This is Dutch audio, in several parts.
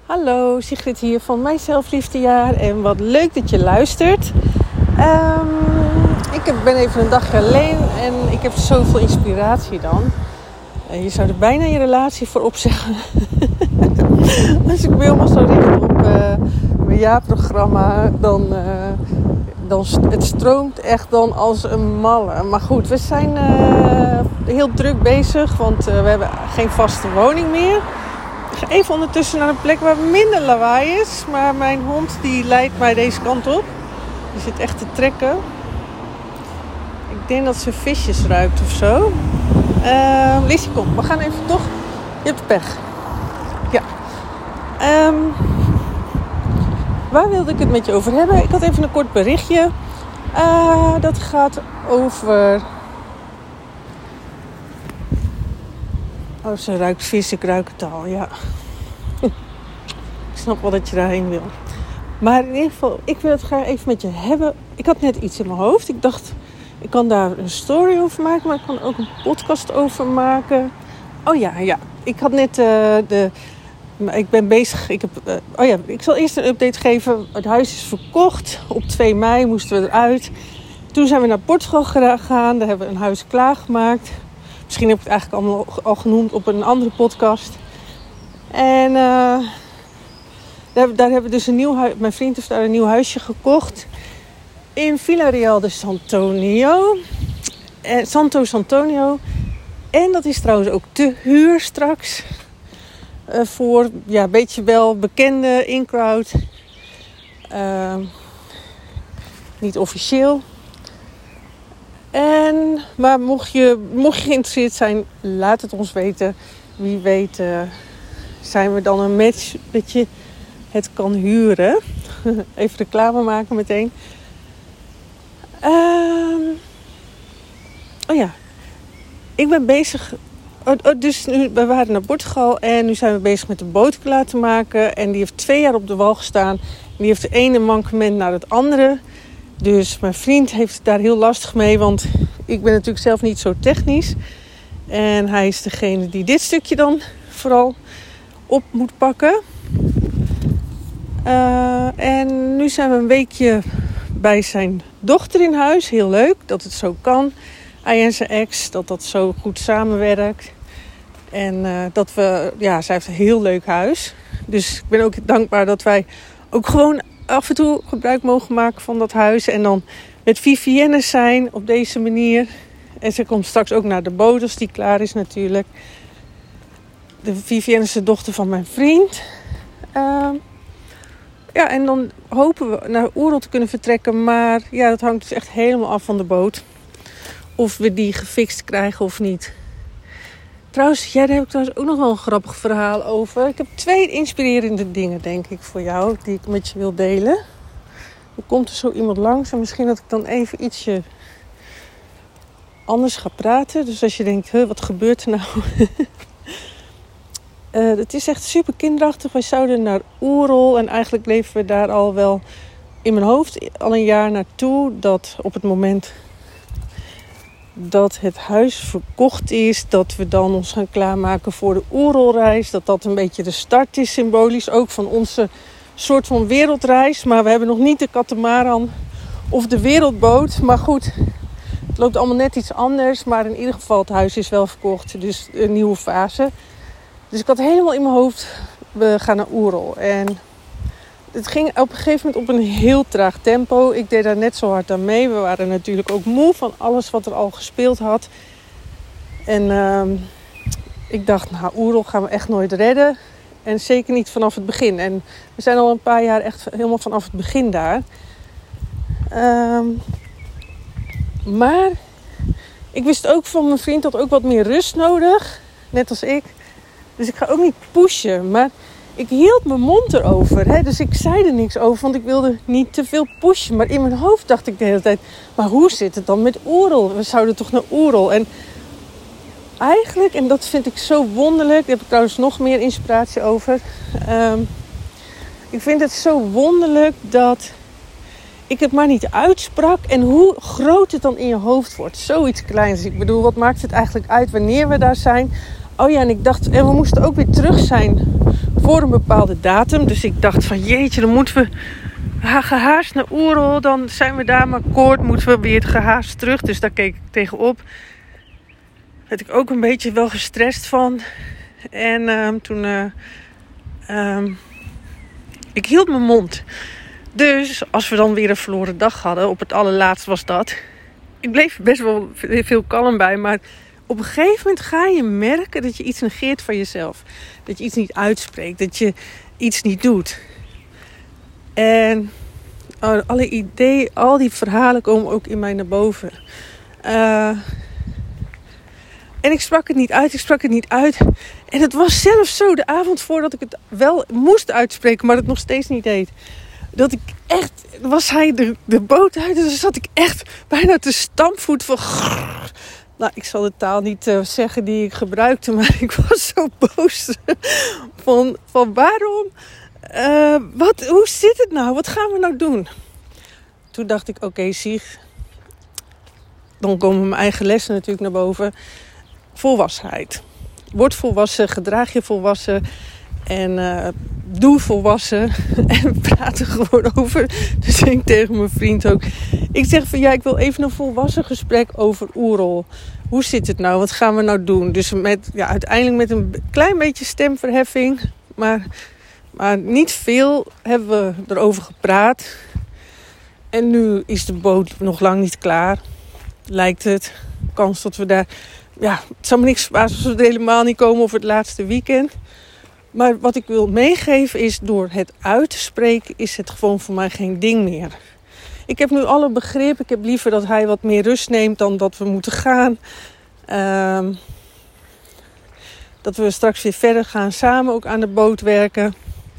Hallo, Sigrid hier van Mijn Zelfliefdejaar en wat leuk dat je luistert. Ik ben even een dagje alleen en ik heb zoveel inspiratie dan. Je zou er bijna je relatie voor opzeggen. Als ik me helemaal zou richten op mijn jaarprogramma, dan het stroomt echt dan als een malle. Maar goed, we zijn heel druk bezig, want we hebben geen vaste woning meer. Ik ga even ondertussen naar een plek waar minder lawaai is. Maar mijn hond die leidt mij deze kant op. Die zit echt te trekken. Ik denk dat ze visjes ruikt of zo. Lizzie, kom. We gaan even toch. Je hebt pech. Ja. Waar wilde ik het met je over hebben? Ik had even een kort berichtje. Dat gaat over... Oh, ze ruikt vis, ik ruik het al, ja. Ik snap wel dat je daarheen wil. Maar in ieder geval, ik wil het graag even met je hebben. Ik had net iets in mijn hoofd. Ik dacht, ik kan daar een story over maken, maar ik kan ook een podcast over maken. Oh ja. Ik had net ik ben bezig. Ik zal eerst een update geven. Het huis is verkocht. Op 2 mei moesten we eruit. Toen zijn we naar Portugal gegaan. Daar hebben we een huis klaargemaakt. Misschien heb ik het eigenlijk allemaal al genoemd op een andere podcast. En daar hebben we dus een nieuw huis. Mijn vriend heeft daar een nieuw huisje gekocht. In Vila Real de Santonio. Santo Antonio. En dat is trouwens ook te huur straks. Voor een beetje wel bekende in-crowd. Niet officieel. Maar mocht je geïnteresseerd zijn, laat het ons weten. Wie weet zijn we dan een match dat je het kan huren. Even reclame maken meteen. Ik ben bezig. Dus we waren naar Portugal en nu zijn we bezig met de boot klaar te maken. En die heeft 2 jaar op de wal gestaan. Die heeft het ene mankement naar het andere. Dus mijn vriend heeft het daar heel lastig mee, want ik ben natuurlijk zelf niet zo technisch. En hij is degene die dit stukje dan vooral op moet pakken. En nu zijn we een weekje bij zijn dochter in huis. Heel leuk dat het zo kan. Hij en zijn ex, dat zo goed samenwerkt. En zij heeft een heel leuk huis. Dus ik ben ook dankbaar dat wij ook gewoon af en toe gebruik mogen maken van dat huis. En dan met Vivienne zijn op deze manier. En ze komt straks ook naar de boot als die klaar is natuurlijk. De Vivienne is de dochter van mijn vriend. En dan hopen we naar Oerol te kunnen vertrekken. Maar ja, dat hangt dus echt helemaal af van de boot. Of we die gefixt krijgen of niet. Trouwens, daar heb ik trouwens ook nog wel een grappig verhaal over. Ik heb 2 inspirerende dingen, denk ik, voor jou, die ik met je wil delen. Er komt er zo iemand langs en misschien dat ik dan even ietsje anders ga praten. Dus als je denkt, wat gebeurt er nou? Het is echt super kinderachtig. Wij zouden naar Oerol en eigenlijk leven we daar al wel in mijn hoofd al een jaar naartoe. Dat op het moment dat het huis verkocht is, dat we dan ons gaan klaarmaken voor de Oerolreis. Dat een beetje de start is, symbolisch ook van onze soort van wereldreis. Maar we hebben nog niet de katamaran of de wereldboot. Maar goed, het loopt allemaal net iets anders. Maar in ieder geval, het huis is wel verkocht. Dus een nieuwe fase. Dus ik had helemaal in mijn hoofd, we gaan naar Oerol. En het ging op een gegeven moment op een heel traag tempo. Ik deed daar net zo hard aan mee. We waren natuurlijk ook moe van alles wat er al gespeeld had. En ik dacht, Oerol gaan we echt nooit redden. En zeker niet vanaf het begin. En we zijn al een paar jaar echt helemaal vanaf het begin daar. Maar ik wist ook van mijn vriend had ook wat meer rust nodig. Net als ik. Dus ik ga ook niet pushen. Maar ik hield mijn mond erover. Hè? Dus ik zei er niks over. Want ik wilde niet te veel pushen. Maar in mijn hoofd dacht ik de hele tijd. Maar hoe zit het dan met Oerol? We zouden toch naar Oerol? En eigenlijk, en dat vind ik zo wonderlijk. Daar heb ik trouwens nog meer inspiratie over. Ik vind het zo wonderlijk dat ik het maar niet uitsprak. En hoe groot het dan in je hoofd wordt. Zoiets kleins. Ik bedoel, wat maakt het eigenlijk uit wanneer we daar zijn? Oh ja, en ik dacht, en we moesten ook weer terug zijn voor een bepaalde datum. Dus ik dacht van jeetje, dan moeten we gehaast naar Oerol. Dan zijn we daar maar kort, moeten we weer gehaast terug. Dus daar keek ik tegenop. Werd ik ook een beetje wel gestrest van. En toen... ik hield mijn mond. Dus als we dan weer een verloren dag hadden, op het allerlaatst was dat. Ik bleef best wel veel kalm bij, maar op een gegeven moment ga je merken dat je iets negeert van jezelf. Dat je iets niet uitspreekt, dat je iets niet doet. En alle ideeën, al die verhalen komen ook in mij naar boven. En ik sprak het niet uit. En het was zelfs zo, de avond voordat ik het wel moest uitspreken, maar het nog steeds niet deed. Dat ik echt, was hij de boot uit en dan zat ik echt bijna te stampvoet van... Nou, ik zal de taal niet zeggen die ik gebruikte, maar ik was zo boos. Van waarom? Hoe zit het nou? Wat gaan we nou doen? Toen dacht ik, oké, Sieg. Dan komen mijn eigen lessen natuurlijk naar boven. Volwassenheid. Word volwassen, gedraag je volwassen en doe volwassen en praat er gewoon over. Dus zei ik tegen mijn vriend ook. Ik zeg van ja, ik wil even een volwassen gesprek over Oerol. Hoe zit het nou? Wat gaan we nou doen? Dus uiteindelijk met een klein beetje stemverheffing, maar niet veel hebben we erover gepraat. En nu is de boot nog lang niet klaar. Lijkt het. Kans dat we daar... Ja, het zal me niks verbazen als we er helemaal niet komen over het laatste weekend. Maar wat ik wil meegeven is, door het uit te spreken is het gewoon voor mij geen ding meer. Ik heb nu alle begrip. Ik heb liever dat hij wat meer rust neemt dan dat we moeten gaan. Dat we straks weer verder gaan, samen ook aan de boot werken.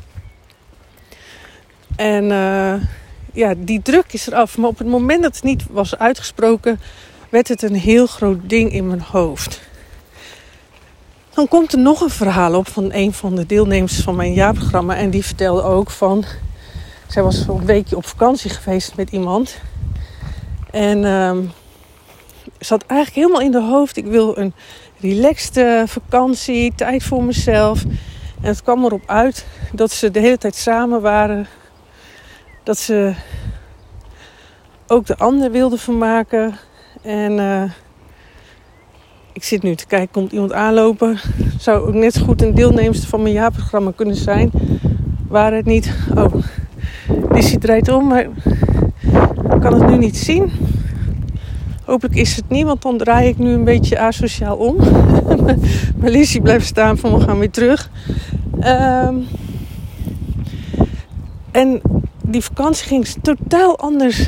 En die druk is eraf. Maar op het moment dat het niet was uitgesproken, werd het een heel groot ding in mijn hoofd. Dan komt er nog een verhaal op van een van de deelnemers van mijn jaarprogramma. En die vertelde ook van... Zij was een weekje op vakantie geweest met iemand. En ze had eigenlijk helemaal in de hoofd... Ik wil een relaxed vakantie, tijd voor mezelf. En het kwam erop uit dat ze de hele tijd samen waren. Dat ze ook de ander wilde vermaken. En ik zit nu te kijken, komt iemand aanlopen. Zou ook net zo goed een deelnemster van mijn jaarprogramma kunnen zijn. Waar het niet... Oh, Lissy draait om, maar ik kan het nu niet zien. Hopelijk is het niet, want dan draai ik nu een beetje asociaal om. Maar Lissy blijft staan van we gaan weer terug. En die vakantie ging totaal anders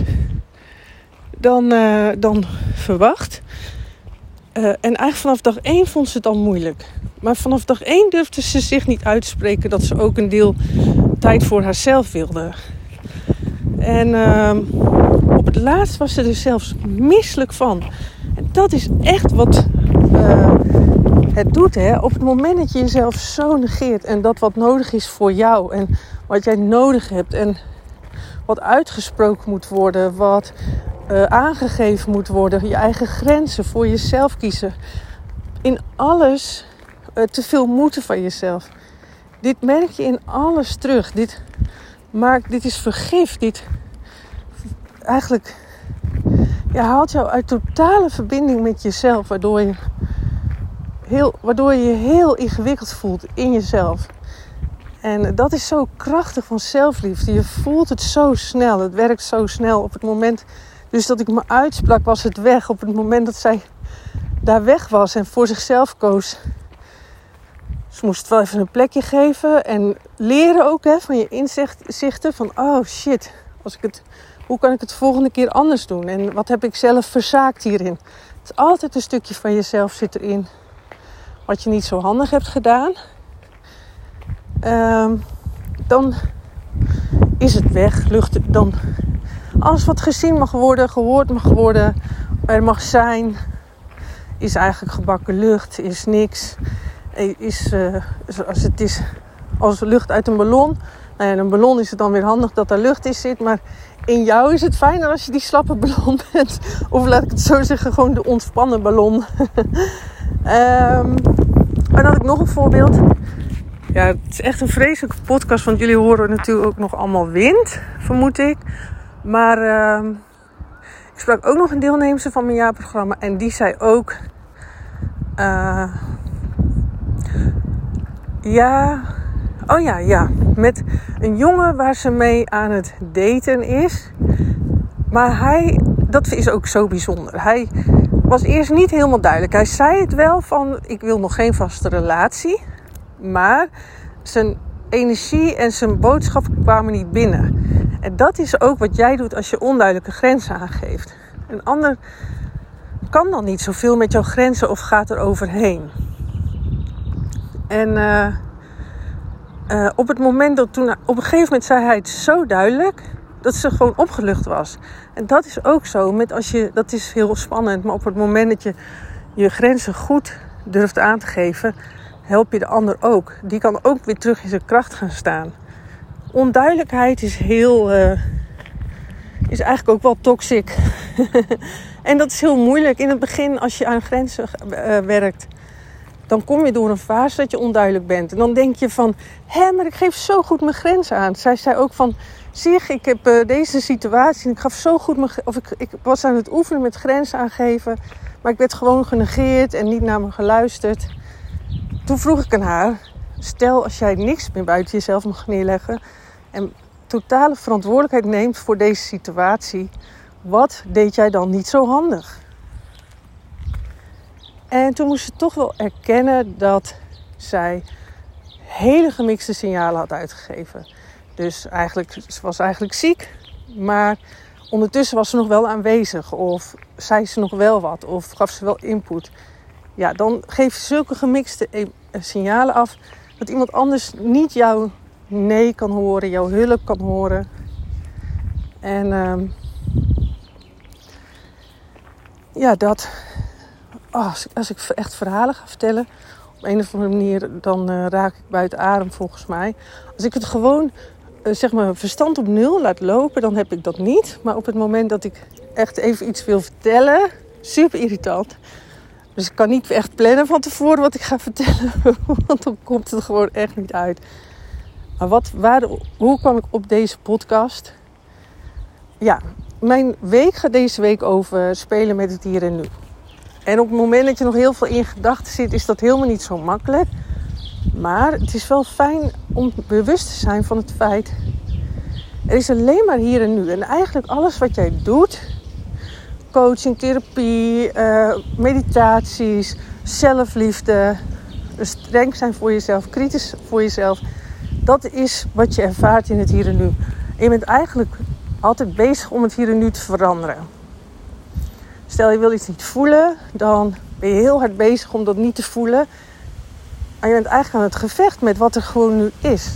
dan verwacht. En eigenlijk vanaf dag 1 vond ze het al moeilijk. Maar vanaf dag 1 durfde ze zich niet uit te spreken dat ze ook een deel tijd voor haarzelf wilde. En op het laatst was ze er zelfs misselijk van. En dat is echt wat het doet. Hè? Op het moment dat je jezelf zo negeert en dat wat nodig is voor jou en wat jij nodig hebt en wat uitgesproken moet worden, wat aangegeven moet worden, je eigen grenzen, voor jezelf kiezen. In alles te veel moeten van jezelf. Dit merk je in alles terug. Dit is vergif. Dit eigenlijk haalt jou uit totale verbinding met jezelf, waardoor je je heel ingewikkeld voelt in jezelf. En dat is zo krachtig van zelfliefde. Je voelt het zo snel. Het werkt zo snel. Op het moment dus dat ik me uitsprak, was het weg. Op het moment dat zij daar weg was en voor zichzelf koos. Ze moest wel even een plekje geven. En leren ook van je inzichten. Van oh shit, hoe kan ik het de volgende keer anders doen? En wat heb ik zelf verzaakt hierin? Het is altijd een stukje van jezelf zit erin. Wat je niet zo handig hebt gedaan. Dan is het weg. Dan alles wat gezien mag worden, gehoord mag worden, er mag zijn, is eigenlijk gebakken lucht, is niks. Als lucht uit een ballon. Nou ja, een ballon is het dan weer handig dat er lucht in zit, maar in jou is het fijner als je die slappe ballon bent. Of laat ik het zo zeggen, gewoon de ontspannen ballon. En dan had ik nog een voorbeeld. Ja, het is echt een vreselijke podcast, want jullie horen natuurlijk ook nog allemaal wind, vermoed ik. Maar ik sprak ook nog een deelnemster van mijn jaarprogramma en die zei ook... met een jongen waar ze mee aan het daten is. Maar dat is ook zo bijzonder. Hij was eerst niet helemaal duidelijk. Hij zei het wel van, ik wil nog geen vaste relatie. Maar zijn energie en zijn boodschap kwamen niet binnen. En dat is ook wat jij doet als je onduidelijke grenzen aangeeft. Een ander kan dan niet zoveel met jouw grenzen of gaat er overheen. En op het moment op een gegeven moment zei hij het zo duidelijk dat ze gewoon opgelucht was. En dat is ook zo, dat is heel spannend, maar op het moment dat je je grenzen goed durft aan te geven, help je de ander ook. Die kan ook weer terug in zijn kracht gaan staan. Onduidelijkheid is is eigenlijk ook wel toxic. En dat is heel moeilijk. In het begin, als je aan grenzen werkt, dan kom je door een fase dat je onduidelijk bent. En dan denk je van, maar ik geef zo goed mijn grenzen aan. Zij zei ook van, zie ik heb deze situatie en ik gaf zo goed ik was aan het oefenen met grenzen aangeven, maar ik werd gewoon genegeerd en niet naar me geluisterd. Toen vroeg ik aan haar, stel als jij niks meer buiten jezelf mag neerleggen en totale verantwoordelijkheid neemt voor deze situatie, wat deed jij dan niet zo handig? En toen moest ze toch wel erkennen dat zij hele gemixte signalen had uitgegeven. Dus ze was eigenlijk ziek, maar ondertussen was ze nog wel aanwezig. Of zei ze nog wel wat, of gaf ze wel input. Ja, dan geef je zulke gemixte signalen af dat iemand anders niet jouw nee kan horen, jouw hulp kan horen. En als ik echt verhalen ga vertellen, op een of andere manier, dan raak ik buiten adem volgens mij. Als ik het gewoon, verstand op nul laat lopen, dan heb ik dat niet. Maar op het moment dat ik echt even iets wil vertellen, super irritant. Dus ik kan niet echt plannen van tevoren wat ik ga vertellen, want dan komt het gewoon echt niet uit. Maar hoe kwam ik op deze podcast? Ja, mijn week gaat deze week over spelen met het hier en nu. En op het moment dat je nog heel veel in gedachten zit, is dat helemaal niet zo makkelijk. Maar het is wel fijn om bewust te zijn van het feit, er is alleen maar hier en nu. En eigenlijk alles wat jij doet, coaching, therapie, meditaties, zelfliefde, streng zijn voor jezelf, kritisch voor jezelf, dat is wat je ervaart in het hier en nu. En je bent eigenlijk altijd bezig om het hier en nu te veranderen. Stel je wil iets niet voelen, dan ben je heel hard bezig om dat niet te voelen. En je bent eigenlijk aan het gevecht met wat er gewoon nu is.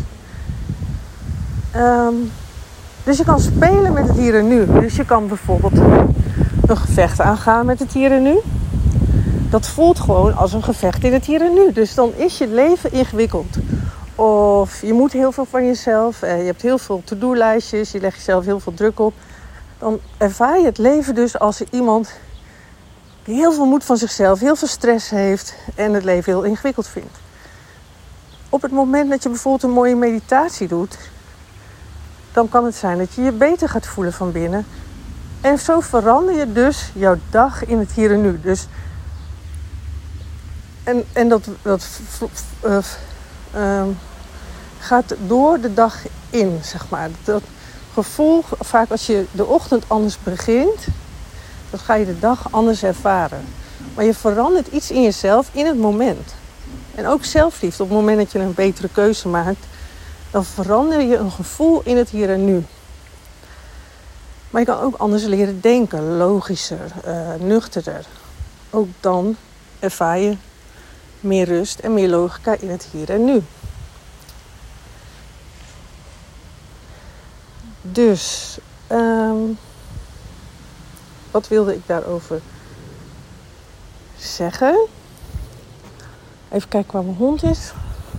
Dus je kan spelen met het hier en nu. Dus je kan bijvoorbeeld een gevecht aangaan met het hier en nu. Dat voelt gewoon als een gevecht in het hier en nu. Dus dan is je leven ingewikkeld. Of je moet heel veel van jezelf. Je hebt heel veel to-do-lijstjes. Je legt jezelf heel veel druk op. Dan ervaar je het leven dus als iemand die heel veel moed van zichzelf, heel veel stress heeft en het leven heel ingewikkeld vindt. Op het moment dat je bijvoorbeeld een mooie meditatie doet, dan kan het zijn dat je je beter gaat voelen van binnen. En zo verander je dus jouw dag in het hier en nu. Dus, en dat gaat door de dag in, zeg maar. Dat gevoel, vaak als je de ochtend anders begint, dan ga je de dag anders ervaren. Maar je verandert iets in jezelf in het moment. En ook zelfliefde. Op het moment dat je een betere keuze maakt, dan verander je een gevoel in het hier en nu. Maar je kan ook anders leren denken, logischer, nuchterder. Ook dan ervaar je meer rust en meer logica in het hier en nu. Dus, wat wilde ik daarover zeggen? Even kijken waar mijn hond is.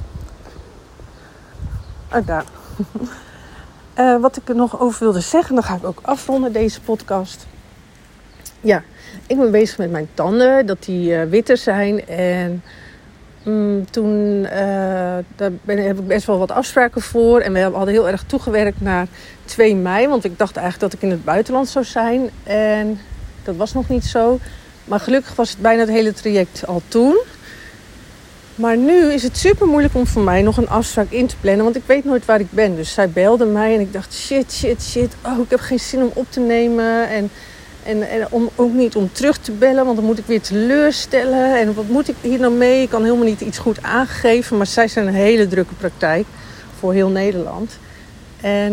Daar. Wat ik er nog over wilde zeggen, dan ga ik ook afronden deze podcast. Ja, ik ben bezig met mijn tanden, dat die witter zijn. En Toen heb ik best wel wat afspraken voor. En we hadden heel erg toegewerkt naar 2 mei. Want ik dacht eigenlijk dat ik in het buitenland zou zijn. En dat was nog niet zo. Maar gelukkig was het bijna het hele traject al toen. Maar nu is het super moeilijk om voor mij nog een afspraak in te plannen. Want ik weet nooit waar ik ben. Dus zij belde mij en ik dacht shit. Oh, ik heb geen zin om op te nemen. En ook niet om terug te bellen. Want dan moet ik weer teleurstellen. En wat moet ik hier nou mee? Ik kan helemaal niet iets goed aangeven. Maar zij zijn een hele drukke praktijk. Voor heel Nederland. En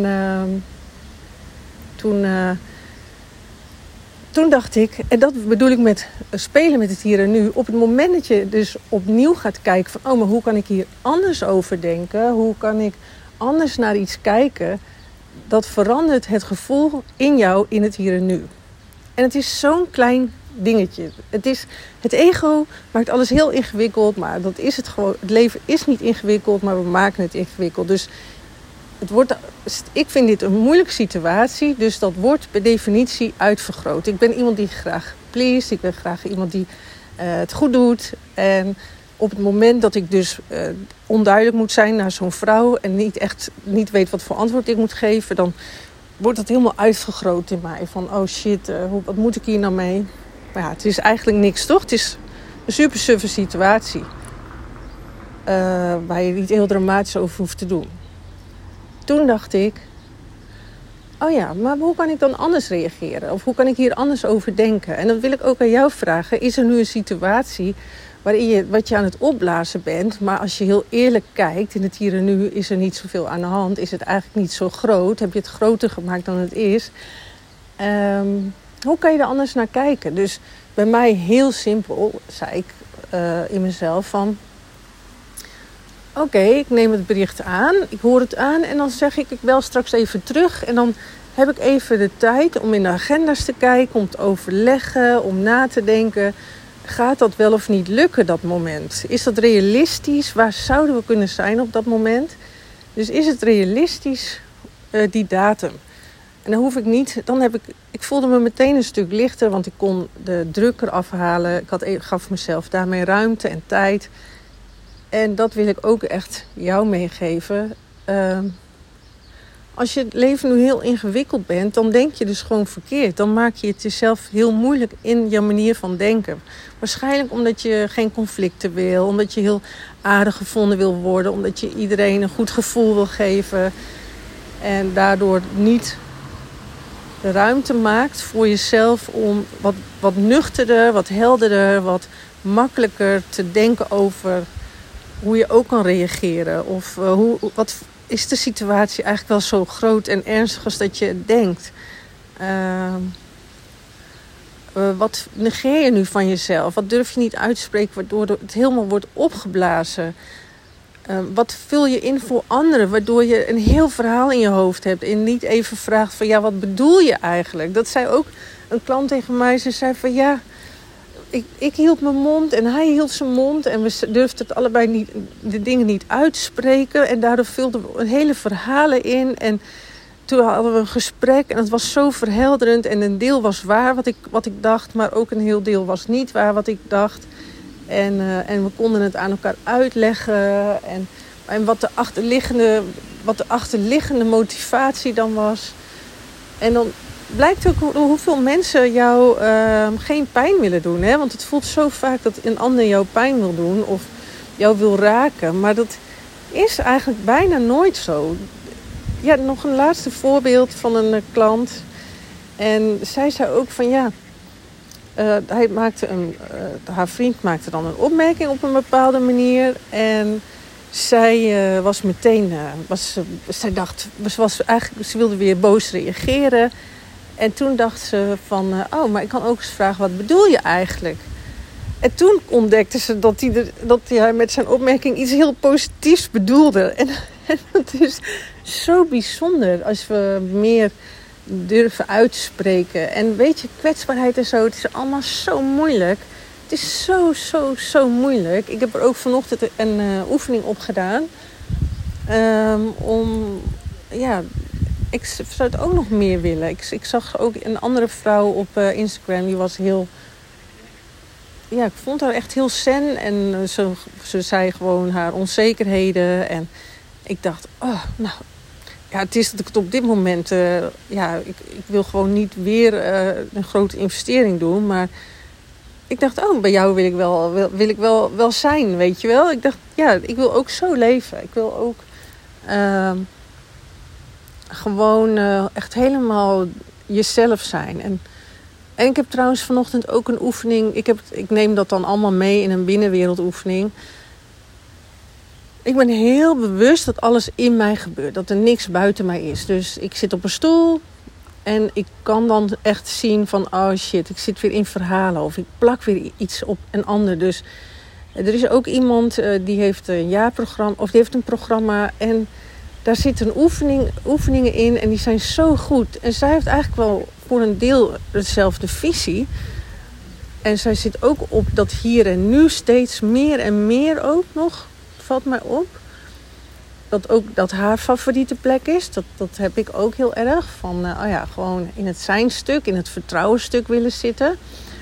toen dacht ik, en dat bedoel ik met spelen met het hier en nu. Op het moment dat je dus opnieuw gaat kijken van, oh, maar hoe kan ik hier anders over denken? Hoe kan ik anders naar iets kijken? Dat verandert het gevoel in jou in het hier en nu. En het is zo'n klein dingetje. Het ego maakt alles heel ingewikkeld, maar dat is het gewoon. Het leven is niet ingewikkeld, maar we maken het ingewikkeld. Dus ik vind dit een moeilijke situatie, dus dat wordt per definitie uitvergroot. Ik ben iemand die graag please, ik ben graag iemand die het goed doet. En op het moment dat ik dus onduidelijk moet zijn naar zo'n vrouw en niet weet wat voor antwoord ik moet geven, dan wordt dat helemaal uitvergroot in mij. Van oh shit, wat moet ik hier nou mee? Maar ja, het is eigenlijk niks, toch? Het is een super suffe situatie. Waar je niet heel dramatisch over hoeft te doen. Toen dacht ik, oh ja, maar hoe kan ik dan anders reageren? Of hoe kan ik hier anders over denken? En dan wil ik ook aan jou vragen, is er nu een situatie waarin wat je aan het opblazen bent, maar als je heel eerlijk kijkt, in het hier en nu is er niet zoveel aan de hand, is het eigenlijk niet zo groot, heb je het groter gemaakt dan het is. Hoe kan je er anders naar kijken? Dus bij mij heel simpel, zei ik in mezelf van, oké, ik neem het bericht aan, ik hoor het aan en dan zeg ik bel straks even terug. En dan heb ik even de tijd om in de agenda's te kijken, om te overleggen, om na te denken. Gaat dat wel of niet lukken, dat moment? Is dat realistisch? Waar zouden we kunnen zijn op dat moment? Dus is het realistisch, die datum? En dan hoef ik niet, ik voelde me meteen een stuk lichter, want ik kon de druk eraf halen. Ik gaf mezelf daarmee ruimte en tijd. En dat wil ik ook echt jou meegeven. Als je het leven nu heel ingewikkeld bent, dan denk je dus gewoon verkeerd. Dan maak je het jezelf heel moeilijk in je manier van denken. Waarschijnlijk omdat je geen conflicten wil, omdat je heel aardig gevonden wil worden, omdat je iedereen een goed gevoel wil geven. En daardoor niet de ruimte maakt voor jezelf om wat nuchterder, wat helderder, wat makkelijker te denken over hoe je ook kan reageren. Of wat is de situatie eigenlijk wel zo groot en ernstig als dat je denkt? Wat negeer je nu van jezelf? Wat durf je niet uitspreken waardoor het helemaal wordt opgeblazen? Wat vul je in voor anderen waardoor je een heel verhaal in je hoofd hebt en niet even vraagt van ja, wat bedoel je eigenlijk? Dat zei ook een klant tegen mij. Ze zei van ja, ik hield mijn mond en hij hield zijn mond. En we durfden het allebei de dingen niet uitspreken. En daardoor vulden we hele verhalen in. En toen hadden we een gesprek en het was zo verhelderend. En een deel was waar wat ik dacht, maar ook een heel deel was niet waar wat ik dacht. En we konden het aan elkaar uitleggen. En wat de achterliggende motivatie dan was. En dan blijkt ook hoeveel mensen jou geen pijn willen doen. Hè? Want het voelt zo vaak dat een ander jou pijn wil doen of jou wil raken. Maar dat is eigenlijk bijna nooit zo. Ja, nog een laatste voorbeeld van een klant. En zij zei ook van ja, haar vriend maakte dan een opmerking op een bepaalde manier. En zij was meteen, ze wilde weer boos reageren. En toen dacht ze van, maar ik kan ook eens vragen, wat bedoel je eigenlijk? En toen ontdekte ze dat hij met zijn opmerking iets heel positiefs bedoelde. En het is zo bijzonder als we meer durven uitspreken. En weet je, kwetsbaarheid en zo, het is allemaal zo moeilijk. Het is zo moeilijk. Ik heb er ook vanochtend een oefening op gedaan. Ik zou het ook nog meer willen. Ik zag ook een andere vrouw op Instagram. Die was heel ja, ik vond haar echt heel zen. En ze zei gewoon haar onzekerheden. En ik dacht, oh, nou, ja, het is dat ik het op dit moment... ik wil gewoon niet weer een grote investering doen. Maar ik dacht, oh, bij jou wil ik wel zijn, weet je wel. Ik dacht, ja, ik wil ook zo leven. Ik wil ook gewoon echt helemaal jezelf zijn. En ik heb trouwens vanochtend ook een oefening. Ik neem dat dan allemaal mee in een binnenwereldoefening. Ik ben heel bewust dat alles in mij gebeurt. Dat er niks buiten mij is. Dus ik zit op een stoel. En ik kan dan echt zien van, oh shit, ik zit weer in verhalen. Of ik plak weer iets op een ander. Dus er is ook iemand die heeft een jaarprogramma. Of die heeft een programma. En daar zitten oefeningen in. En die zijn zo goed. En zij heeft eigenlijk wel voor een deel dezelfde visie. En zij zit ook op dat hier en nu steeds meer en meer ook nog. Valt mij op. Dat haar favoriete plek is. Dat heb ik ook heel erg. Van gewoon in het zijnstuk, in het vertrouwenstuk willen zitten.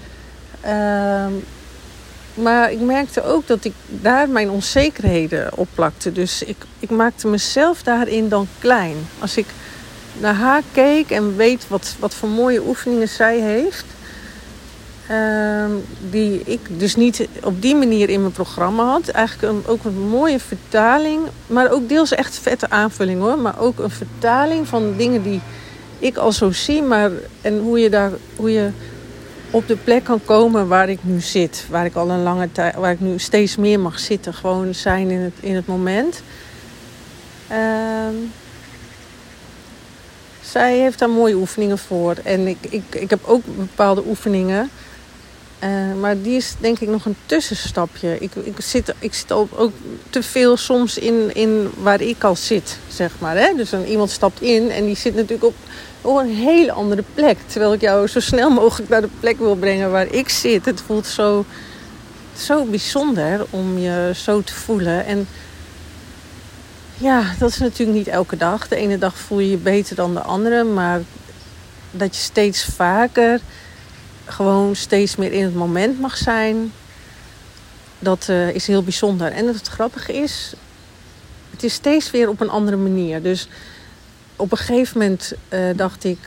Maar ik merkte ook dat ik daar mijn onzekerheden op plakte. Dus ik maakte mezelf daarin dan klein. Als ik naar haar keek en weet wat voor mooie oefeningen zij heeft. Die ik dus niet op die manier in mijn programma had. Eigenlijk ook een mooie vertaling. Maar ook deels echt vette aanvulling hoor. Maar ook een vertaling van dingen die ik al zo zie. En hoe je op de plek kan komen waar ik nu zit. Waar ik al een lange tijd, waar ik nu steeds meer mag zitten. Gewoon zijn in het moment. Zij heeft daar mooie oefeningen voor. En ik heb ook bepaalde oefeningen. Maar die is denk ik nog een tussenstapje. Ik zit ook te veel soms in waar ik al zit, zeg maar. Hè? Dus iemand stapt in en die zit natuurlijk op een hele andere plek. Terwijl ik jou zo snel mogelijk naar de plek wil brengen waar ik zit. Het voelt zo bijzonder om je zo te voelen. En ja, dat is natuurlijk niet elke dag. De ene dag voel je je beter dan de andere. Maar dat je steeds vaker gewoon steeds meer in het moment mag zijn. Dat is heel bijzonder. En het grappige is, het is steeds weer op een andere manier. Dus op een gegeven moment dacht ik...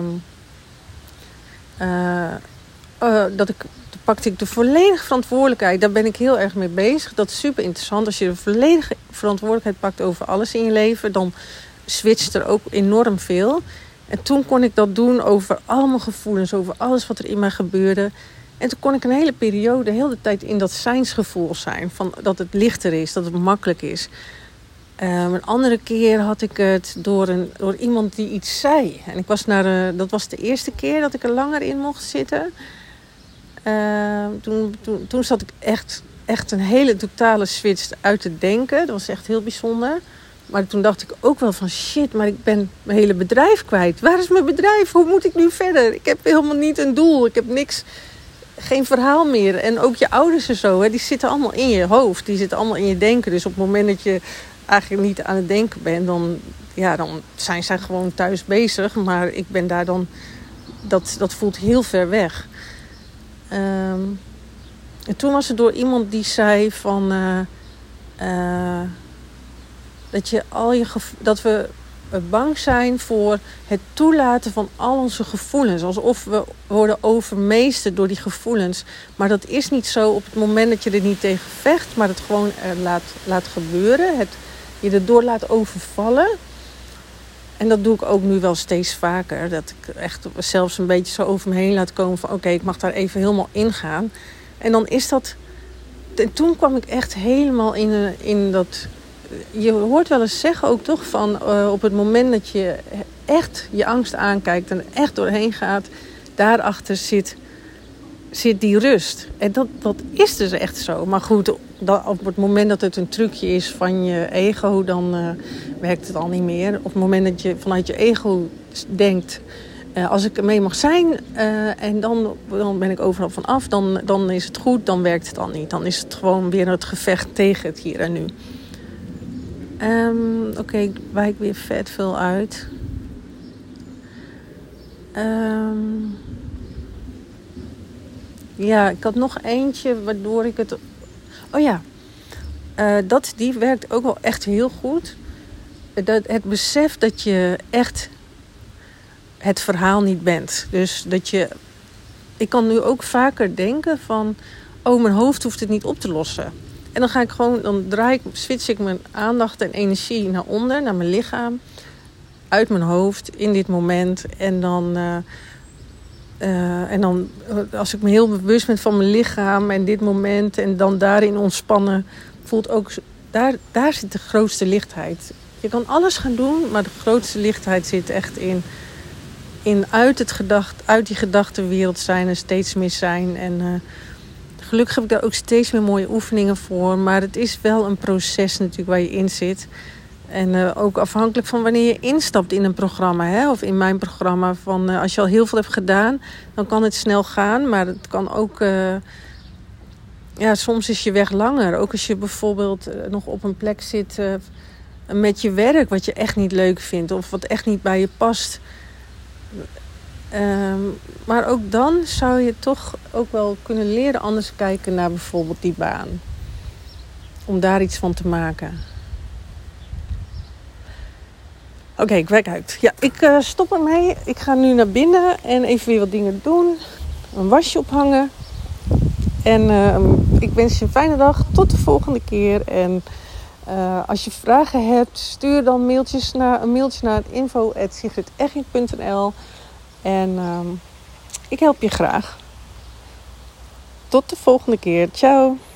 pakte ik de volledige verantwoordelijkheid. Daar ben ik heel erg mee bezig. Dat is super interessant. Als je de volledige verantwoordelijkheid pakt over alles in je leven, dan switcht er ook enorm veel. En toen kon ik dat doen over al mijn gevoelens, over alles wat er in mij gebeurde. En toen kon ik een hele periode, de hele tijd in dat zijnsgevoel zijn. Van dat het lichter is, dat het makkelijk is. Een andere keer had ik het door iemand die iets zei. En dat was de eerste keer dat ik er langer in mocht zitten. Toen zat ik echt een hele totale switch uit te denken. Dat was echt heel bijzonder. Maar toen dacht ik ook wel van shit, maar ik ben mijn hele bedrijf kwijt. Waar is mijn bedrijf? Hoe moet ik nu verder? Ik heb helemaal niet een doel. Ik heb niks, geen verhaal meer. En ook je ouders en zo, hè, die zitten allemaal in je hoofd. Die zitten allemaal in je denken. Dus op het moment dat je eigenlijk niet aan het denken bent, dan zijn zij gewoon thuis bezig. Maar ik ben daar dan, dat voelt heel ver weg. En toen was het door iemand die zei van dat we bang zijn voor het toelaten van al onze gevoelens. Alsof we worden overmeesterd door die gevoelens. Maar dat is niet zo op het moment dat je er niet tegen vecht, maar het gewoon laat gebeuren. Je erdoor laat overvallen. En dat doe ik ook nu wel steeds vaker. Dat ik echt zelfs een beetje zo over me heen laat komen van oké, ik mag daar even helemaal ingaan. En dan is dat... En toen kwam ik echt helemaal in dat... Je hoort wel eens zeggen ook toch van op het moment dat je echt je angst aankijkt en echt doorheen gaat, daarachter zit die rust. En dat is dus echt zo. Maar goed, op het moment dat het een trucje is van je ego, dan werkt het al niet meer. Op het moment dat je vanuit je ego denkt, als ik ermee mag zijn en dan ben ik overal van af, dan is het goed, dan werkt het al niet. Dan is het gewoon weer het gevecht tegen het hier en nu. Oké, ik wijk weer vet veel uit. Ja, ik had nog eentje waardoor ik het... Oh ja, die werkt ook wel echt heel goed. Het besef dat je echt het verhaal niet bent. Dus dat je... Ik kan nu ook vaker denken van... Oh, mijn hoofd hoeft het niet op te lossen. En dan ga ik gewoon... Dan switch ik mijn aandacht en energie naar onder, naar mijn lichaam. Uit mijn hoofd, in dit moment. En dan, als ik me heel bewust ben van mijn lichaam en dit moment... en dan daarin ontspannen, voelt ook... Daar zit de grootste lichtheid. Je kan alles gaan doen, maar de grootste lichtheid zit echt in uit die gedachtenwereld zijn en steeds meer zijn. En gelukkig heb ik daar ook steeds meer mooie oefeningen voor. Maar het is wel een proces natuurlijk waar je in zit. En ook afhankelijk van wanneer je instapt in een programma. Hè? Of in mijn programma. Als je al heel veel hebt gedaan, dan kan het snel gaan. Maar het kan ook... soms is je weg langer. Ook als je bijvoorbeeld nog op een plek zit met je werk... wat je echt niet leuk vindt. Of wat echt niet bij je past. Maar ook dan zou je toch ook wel kunnen leren anders kijken naar bijvoorbeeld die baan. Om daar iets van te maken. Oké, ik werk uit. Ja, ik stop ermee. Ik ga nu naar binnen en even weer wat dingen doen. Een wasje ophangen. En ik wens je een fijne dag. Tot de volgende keer. En als je vragen hebt, stuur dan een mailtje naar info@sigridegink.nl. En ik help je graag. Tot de volgende keer. Ciao.